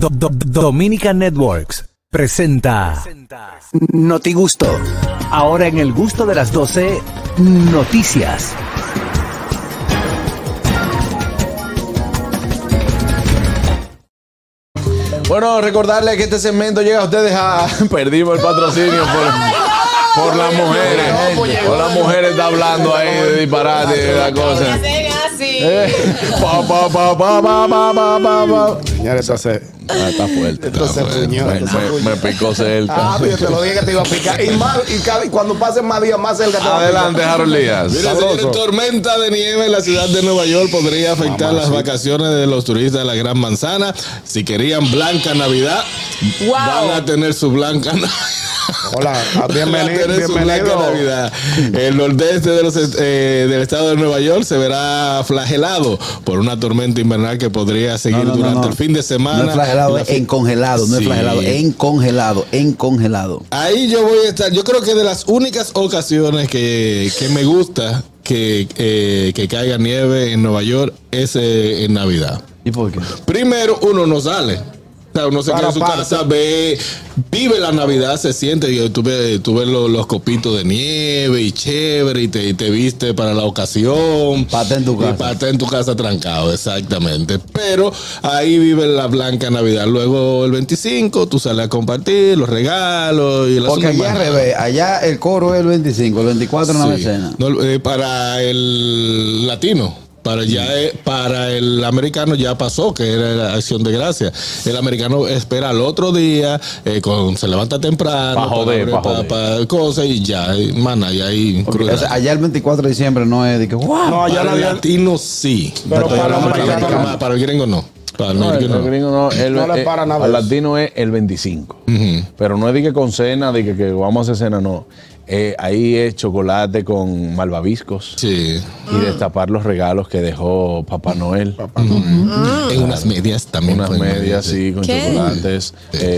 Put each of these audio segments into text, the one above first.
Dominican Networks presenta Noti Gusto. Ahora en el gusto de las 12, noticias. Bueno, recordarles que este segmento llega a ustedes a... Perdimos el patrocinio por las mujeres. Por las mujeres está hablando ahí de disparate de la cosa. Señores, eso se... está fuerte. Me picó cerca. Yo te lo dije que te iba a picar. Y cuando pasen más días, más cerca te va a picar. Adelante, Harold Díaz. Mira, señores, tormenta de nieve en la ciudad de Nueva York podría afectar las vacaciones de los turistas de la Gran Manzana. Si querían Blanca Navidad, van a tener su Blanca Navidad. Hola, bienvenido. Navidad. El nordeste del estado de Nueva York se verá flagelado por una tormenta invernal que podría seguir durante el fin de semana. No es flagelado, es encongelado. No es flagelado, encongelado. Ahí yo voy a estar. Yo creo que de las únicas ocasiones que me gusta que caiga nieve en Nueva York es en Navidad. ¿Y por qué? Primero, uno no sale. O sea, uno se queda en su casa, vive la Navidad, se siente, y tú ves los copitos de nieve y chévere, y te viste para la ocasión. Pata en tu casa. Y pata en tu casa trancado, exactamente. Pero ahí vive la blanca Navidad. Luego el 25, tú sales a compartir los regalos y la porque allá al revés, allá el coro es el 25, el 24 no hay cena. No, para el latino. Para el americano ya pasó, que era la acción de gracia. El americano espera al otro día, se levanta temprano, para cosas y ya, y ahí. O sea, allá el 24 de diciembre no es de que, wow. No, allá para el latino sí. Pero para el gringo no. El gringo no, no le para nada. Al latino es el 25. Pero no es de que con cena, de que vamos a hacer cena, no. Ahí es chocolate con malvaviscos. Sí. Y destapar los regalos que dejó Papá Noel. En unas medias también. Unas medias, sí, con chocolates.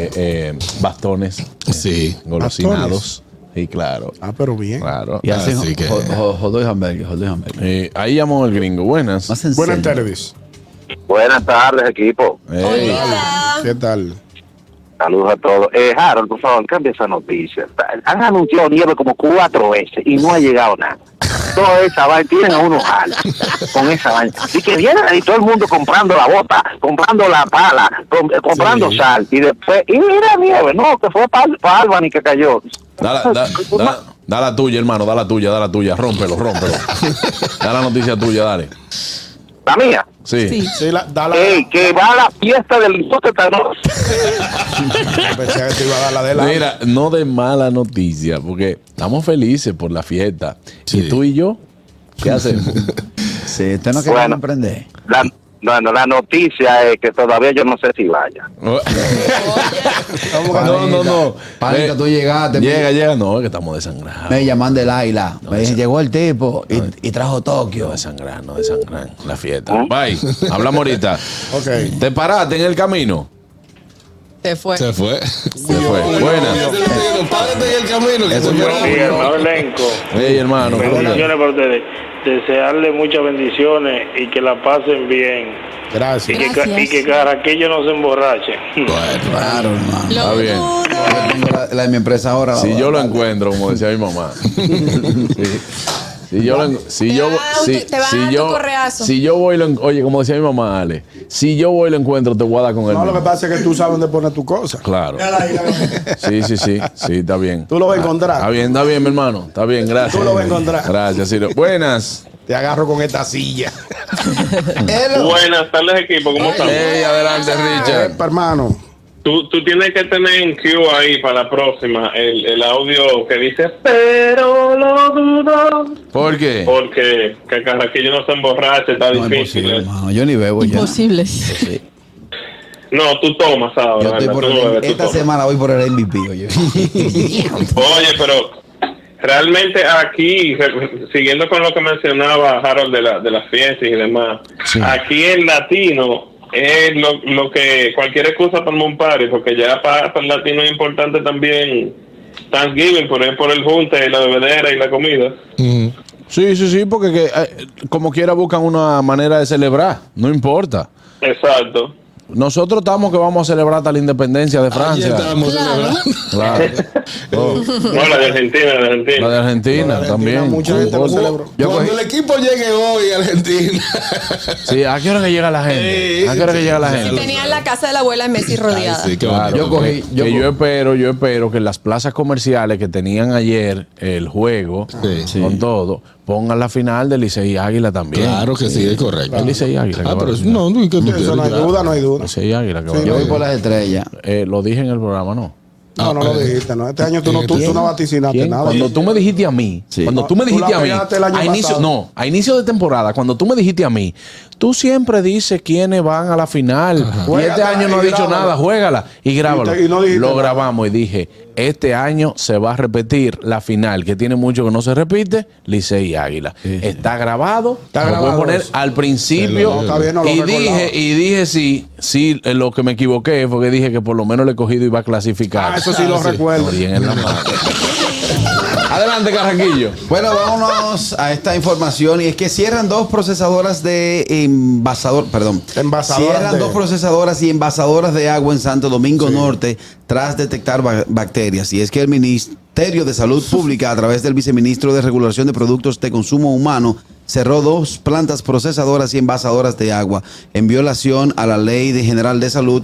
Bastones. Sí. Golosinados. Sí, claro. Pero bien. Claro. Y hacen Así que... hot y hamburgues. Ahí llamó el gringo. Buenas. Buenas tardes. Buenas tardes, equipo. ¿Qué tal? Saludos a todos. Harold, por favor, cambia esa noticia. Han anunciado nieve como 4 veces y no ha llegado nada. Toda esa vaina, tienen a uno jala con esa vaina. Así que viene ahí todo el mundo comprando la bota, comprando la pala, comprando sal. Y después, y mira nieve, no, que fue para Albany que cayó. Da la tuya, hermano, da la tuya. Rómpelo. Da la noticia tuya, dale. ¿La mía? Sí. Que va a la fiesta del hipótesis. Pensé que te iba a dar la de la... Mira, no de mala noticia, porque estamos felices por la fiesta. Sí. ¿Y tú y yo? ¿Qué hacemos? Sí, usted no quiere emprender. La noticia es que todavía yo no sé si vaya. No. Panita, tú llegaste. Llega. No, es que estamos desangrados. Me llaman del Aila. Me dicen, llegó el tipo y trajo Tokio. No desangran. La fiesta. Bye. Hablamos ahorita. Ok. ¿Te paraste en el camino? Se fue. Buenas. Párate en el camino. Eso fue. Sí, hermano elenco. Hey, hermano. Bendiciones para ustedes. Desearle muchas bendiciones y que la pasen bien. Gracias. Y que Caraquillo no se emborrache. Claro, hermano. Está bien. Yo tengo la de mi empresa ahora. Si yo lo encuentro, como decía mi mamá. Si yo voy, oye, como decía mi mamá, Ale, si yo voy y lo encuentro, te voy a dar con él. No, lo que pasa es que tú sabes dónde poner tu cosa. Claro. Sí, está bien. Tú lo vas a encontrar. Está bien, mi hermano. Está bien, gracias. Tú lo vas a encontrar. Gracias, Ciro. Buenas. Te agarro con esta silla. Buenas tardes, equipo. ¿Cómo están? Hey, adelante, Richard. Hermano. Tú tienes que tener en queue ahí para la próxima el audio que dice pero lo dudo. ¿Por qué? Porque que Caraquillo no se emborrache, está No, difícil. imposible, hermano. Yo ni bebo ya. Imposible. Sí. No, tú tomas ahora. Yo estoy por esta semana voy por el MVP, oye. Oye, pero realmente aquí, siguiendo con lo que mencionaba Harold de las fiestas y demás, aquí el latino es lo que cualquier excusa para un party, porque ya para el latino es importante también Thanksgiving, por el junte y la bebedera y la comida. Sí, porque como quiera buscan una manera de celebrar, no importa. Exacto. Nosotros estamos que vamos a celebrar hasta la independencia de Francia. Estamos celebrando. Claro. No, la de Argentina, La de Argentina también. Mucha gente lo celebró. Cuando el equipo llegue hoy a Argentina. Sí, ¿a qué hora que llega la gente? ¿A qué hora que llega la gente? Tenían la casa de la abuela de Messi rodeada. Ay, sí, qué Claro, bonito. yo espero que en las plazas comerciales que tenían ayer el juego Sí. con todo, pongan la final de Licey y Águila también. Claro que sí, es correcto. El Licey y Águila. que va Pero a eso la no, ¿y qué tú Eso no hay quieres? duda, no hay duda. Licey y Águila. que va a Yo la- voy por las estrellas. Lo dije en el programa, ¿no? No, no lo dijiste, ¿no? Este año tú no vaticinaste ¿Quién? nada. Cuando tú me dijiste a mí, Sí. cuando tú me Tú dijiste la a mí, pegaste el año pasado. a inicio de temporada, cuando tú me dijiste a mí, tú siempre dices quiénes van a la final. Y este Juégatela año no y ha dicho grábala. nada, juégala y grábalo. Y no dijiste Lo nada. grabamos y dije, este año se va a repetir la final, que tiene mucho que no se repite, Licey y Águila. Está grabado, lo grabado voy a poner eso. al principio. No, está bien, no lo y recordaba. dije sí, lo que me equivoqué fue que dije que por lo menos el escogido iba a clasificar. Eso sí lo recuerdo. Bien en la mano. Adelante, Carraquillo. Bueno, vámonos a esta información. Y es que cierran dos procesadoras de Envasadoras Cierran de- dos procesadoras y envasadoras de agua en Santo Domingo Norte tras detectar bacterias. Y es que el Ministerio de Salud Pública, a través del Viceministro de Regulación de Productos de Consumo Humano, cerró dos plantas procesadoras y envasadoras de agua en violación a la Ley General de Salud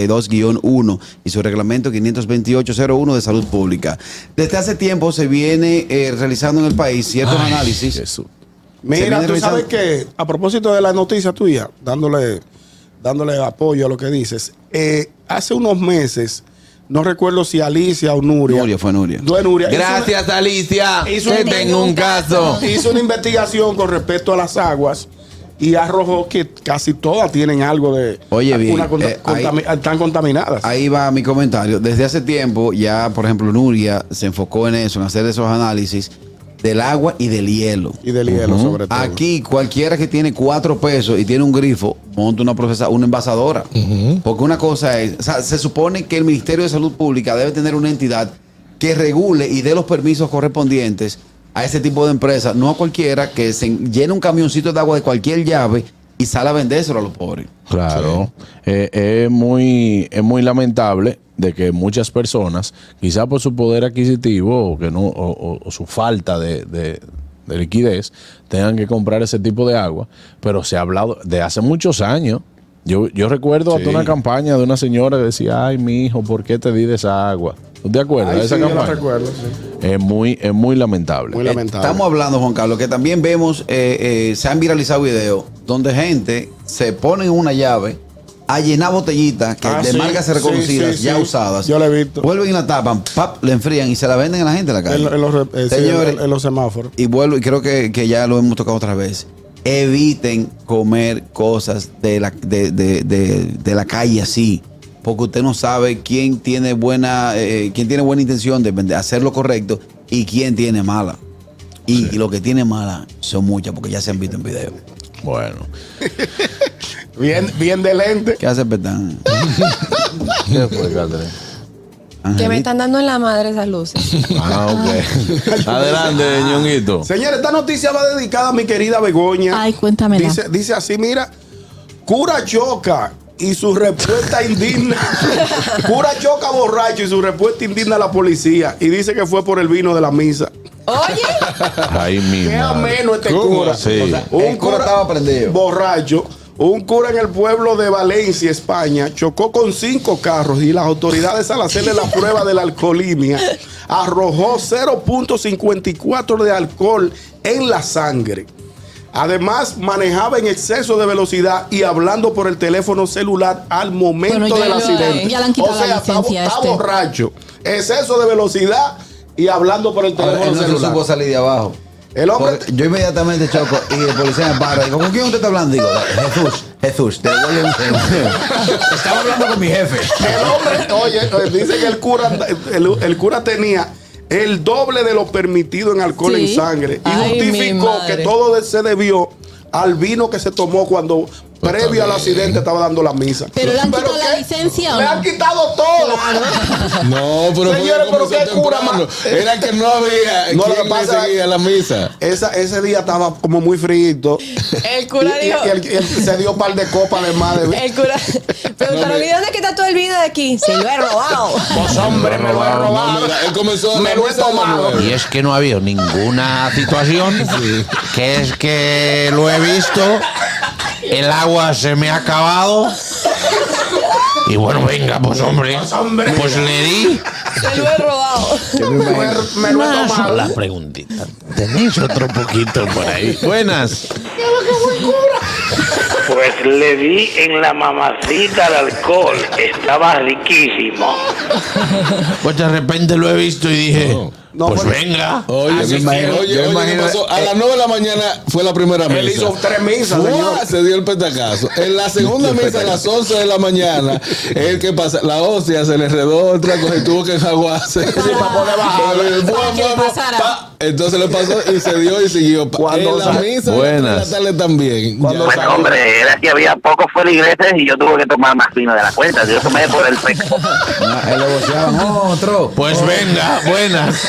42-1 y su reglamento 528-01 de Salud Pública. Desde hace tiempo se viene realizando en el país ciertos análisis. Jesús. Mira, viene tú sabes revisando- que, a propósito de la noticia tuya, dándole apoyo a lo que dices, hace unos meses, no recuerdo si Alicia o Nuria. Fue Nuria. No es Nuria. Gracias, Alicia. hizo Que una- tengo un caso. Hizo una investigación con respecto a las aguas y arrojó que casi todas tienen algo de. Oye, bien, están contaminadas. Ahí va mi comentario. Desde hace tiempo ya, por ejemplo, Nuria se enfocó en eso, en hacer esos análisis del agua y del hielo. Y del hielo, sobre todo. Aquí cualquiera que tiene 4 pesos y tiene un grifo, monta una envasadora. Porque una cosa es, o sea, se supone que el Ministerio de Salud Pública debe tener una entidad que regule y dé los permisos correspondientes a ese tipo de empresas, no a cualquiera que se llene un camioncito de agua de cualquier llave y sale a vendérselo a los pobres. Claro. Es muy lamentable de que muchas personas, quizá por su poder adquisitivo o que no o su falta de liquidez, tengan que comprar ese tipo de agua, pero se ha hablado de hace muchos años. Yo recuerdo hasta una campaña de una señora que decía, ay, mi hijo, ¿por qué te di de esa agua? ¿Tú te acuerdas Ay, de esa sí, yo la campaña? recuerdo, sí. Es muy lamentable. Muy lamentable. Estamos hablando, Juan Carlos, que también vemos, se han viralizado videos donde gente se pone en una llave a llenar botellitas que de Sí, marcas reconocidas, sí, ya sí. usadas. Yo la he visto. Vuelven y la tapan, pap, le enfrían y se la venden a la gente en la calle. Señores, en los semáforos. y vuelvo, y creo que ya lo hemos tocado otra vez. Eviten comer cosas de la calle así, porque usted no sabe quién tiene buena intención de hacer lo correcto y quién tiene mala. Y lo que tiene mala son muchas, porque ya se han visto en video. Bueno. Bien de lente. ¿Qué hace Petán? ¿Qué fue, Catherine? Que me están dando en la madre esas luces. Ah, ok. Adelante, ñonguito. Señores, esta noticia va dedicada a mi querida Begoña. Ay, cuéntamela. Dice así, mira, cura choca y su respuesta indigna. Cura choca borracho y su respuesta indigna a la policía. Y dice que fue por el vino de la misa. Oye, Ahí mismo. Qué ameno este ¿Cómo? cura. Sí. O sea, El cura estaba prendido. borracho. Un cura en el pueblo de Valencia, España, chocó con 5 carros y las autoridades, al hacerle la prueba de la alcoholemia, arrojó 0.54 de alcohol en la sangre. Además, manejaba en exceso de velocidad y hablando por el teléfono celular al momento Bueno, ya del lo- accidente. ya le han quitado o sea, la licencia está a este. borracho, exceso de velocidad y hablando por el teléfono Él no se celular. supo salir de abajo. El hombre... Porque yo inmediatamente choco y el policía me para. Digo, ¿con quién usted está hablando? Digo, Jesús, te devuelve un segundo. Estaba hablando con mi jefe. El hombre, oye, dice que el cura tenía el doble de lo permitido en alcohol Sí. en sangre y Ay, mi justificó madre. que todo se debió al vino que se tomó cuando previo al accidente estaba dando la misa. ¿Pero le han quitado la ¿qué? licencia o Le no? han quitado todo. No, pero Señores, pero qué cura temprano. más. Era que no había No, lo que quien le pasa seguía la misa. Ese día estaba como muy frito. El cura dijo. Y él se dio un par de copas de más de El cura. Preguntaron, ¿y dónde es que está todo el vino de aquí? Se lo he robado. Pues hombre, me lo he robado. No, mira, él comenzó Me la lo he misa a las tomado. 9. Y es que no ha habido ninguna situación que es que lo he visto, el agua se me ha acabado y bueno, venga, pues hombre, pues le di. Se lo he robado. Me lo he Una tomado. sola preguntita. ¿Tenéis otro poquito por ahí? Buenas. Pues le di en la mamacita al alcohol. Estaba riquísimo. Pues de repente lo he visto y dije, No, pues pues- venga. Oye, Yo me imagino- oye, yo ¿qué imagino- pasó? A las 9 de la mañana fue la primera misa. Él hizo 3 misas, ¡Fua! señor. Se dio el petacazo. En la segunda misa, a las 11 de la mañana, el que pasa, la hostia se le redó otra cosa y tuvo que enjaguarse. para poder bajar. Para que le pasara. Entonces le pasó y se dio y siguió. Cuando En la sale- misa Buenas. de la tarde también. Cuando Ya. Bueno, hombre, era que había poco fuera de iglesias y yo tuve que tomar más vino de la cuenta. Yo tomé por el pecho. Él le voceaban otro. Pues venga, buenas.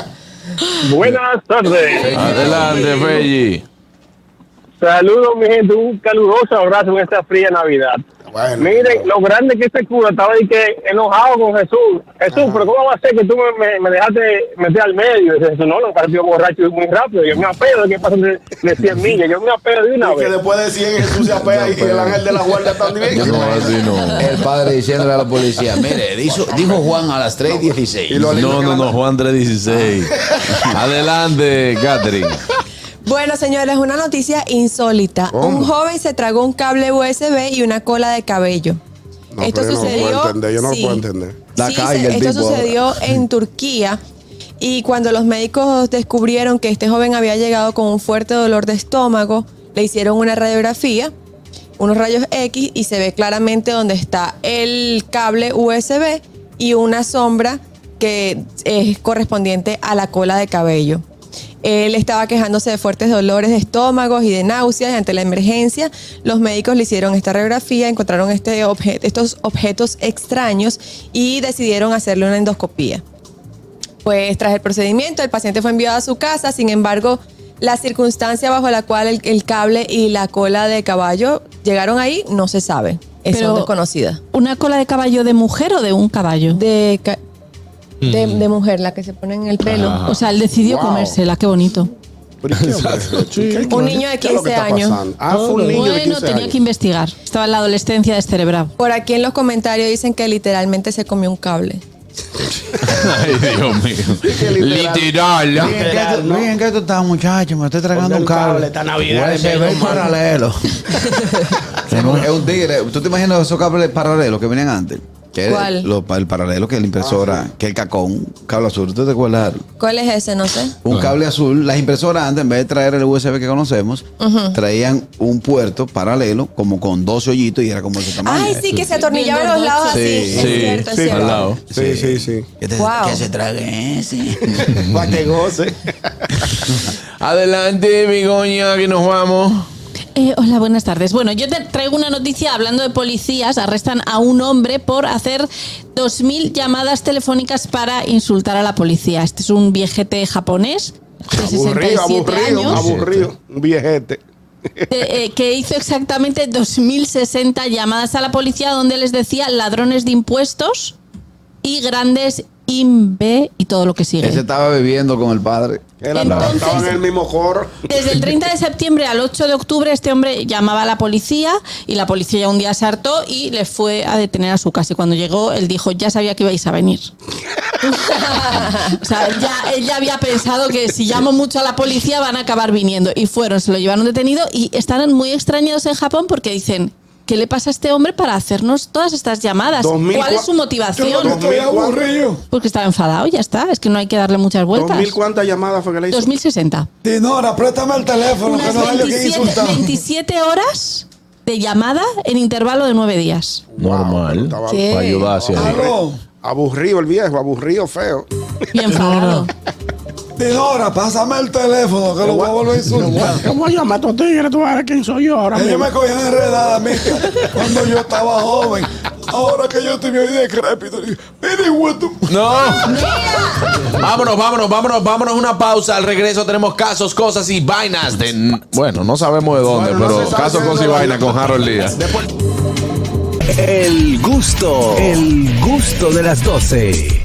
Buenas tardes. Adelante, Felli. Saludos, mi gente. Un caluroso abrazo en esta fría Navidad. Bueno, Miren, lo grande que este cura estaba ahí que enojado con Jesús. Jesús, pero ¿cómo va a ser que tú me dejaste meter al medio? Y dice Jesús, no, partió borracho muy rápido. Yo me apego de que pasan de 100 millas. Yo me apego de una y que vez. después de 100 Jesús se apea y el ángel de la guardia también. No, así no. El padre diciéndole a la policía, mire, dijo Juan a las 3:16. Y lo lindo que la- Juan 3:16. Adelante, Catherine. Bueno, señores, una noticia insólita. Un joven se tragó un cable USB y una cola de cabello. No, Esto pero yo no lo sucedió. puedo entender, yo no lo sí. puedo entender. La Sí, calle, el esto tipo sucedió en Turquía. Y cuando los médicos descubrieron que este joven había llegado con un fuerte dolor de estómago, le hicieron una radiografía, unos rayos X, y se ve claramente donde está el cable USB y una sombra que es correspondiente a la cola de cabello. Él estaba quejándose de fuertes dolores de estómago y de náuseas, y ante la emergencia los médicos le hicieron esta radiografía, encontraron estos objetos extraños y decidieron hacerle una endoscopía. Pues tras el procedimiento el paciente fue enviado a su casa, sin embargo la circunstancia bajo la cual el cable y la cola de caballo llegaron ahí no se sabe, es Pero- desconocida. ¿Una cola de caballo de mujer o de un caballo? De mujer, la que se pone en el pelo. O sea, él decidió Wow. comérsela, qué bonito. Pero ¿y qué, hombre? Un niño de ¿Qué es lo que 15 está años. pasando? Ah, fue un niño de Bueno, 15 tenía años. que investigar. Estaba en la adolescencia descerebrado. Por aquí en los comentarios dicen que literalmente se comió un cable. Ay, Dios mío. Literal. Miren que tú estás, muchacho, me estoy tragando un cable. Esta Navidad. USB paralelo. Es un tigre. ¿Tú te imaginas esos cables paralelos que venían antes? Que ¿Cuál? El paralelo que es la impresora, que es el cacón, cable azul. ¿Tú te acuerdas? ¿Cuál es ese? No sé. Un cable azul. Las impresoras antes, en vez de traer el USB que conocemos, traían un puerto paralelo, como con 12 hoyitos y era como ese tamaño. Ay, sí, que se atornillaba a los Bien lados Sí, así. Es sí, cierto, es sí, cierto. al lado. Sí. Wow. Que se trague ese. Para que goce. Adelante, Bigoña, que nos vamos. Hola, buenas tardes. Bueno, yo te traigo una noticia hablando de policías. Arrestan a un hombre por hacer 2.000 llamadas telefónicas para insultar a la policía. Este es un viejete japonés de 67 años Aburrido. Un viejete. que hizo exactamente 2.060 llamadas a la policía donde les decía ladrones de impuestos y grandes IMB y todo lo que sigue. Ese estaba bebiendo con el padre. Entonces- Estaban en el mismo coro. Desde el 30 de septiembre al 8 de octubre este hombre llamaba a la policía y la policía ya un día se hartó y le fue a detener a su casa. Y cuando llegó, él dijo, ya sabía que ibais a venir. O sea, él ya había pensado que si llamo mucho a la policía van a acabar viniendo. Y fueron, se lo llevaron detenido y están muy extrañados en Japón porque dicen, ¿qué le pasa a este hombre para hacernos todas estas llamadas? 2000 ¿Cuál es su motivación? Porque estaba enfadado, ya está. Es que no hay que darle muchas vueltas. ¿2000 cuántas llamadas fue que le hizo? 2060. Dinora, préstame el teléfono, Unas que no hay que 27, insultar. 27 horas de llamada en intervalo de 9 días. Normal. estaba- ¿Qué? Para ayudarse ahí. Aló. Aburrido el viejo, aburrido, feo. Y enfadado. Dinora, pásame el teléfono que lo voy a volver a insultar. ¿Cómo llama a estos tigres? Tú sabes quién soy yo ahora Ellos mismo. me cogían enredada a mí cuando yo estaba joven. Ahora que yo estoy bien decrépito, digo, mire, guato. No. Vámonos una pausa. Al regreso tenemos casos, cosas y vainas de... Bueno, no sabemos de dónde, Bueno, no pero se sabe casos, de cosas y dónde. vainas con Harold Díaz. El gusto de las 12.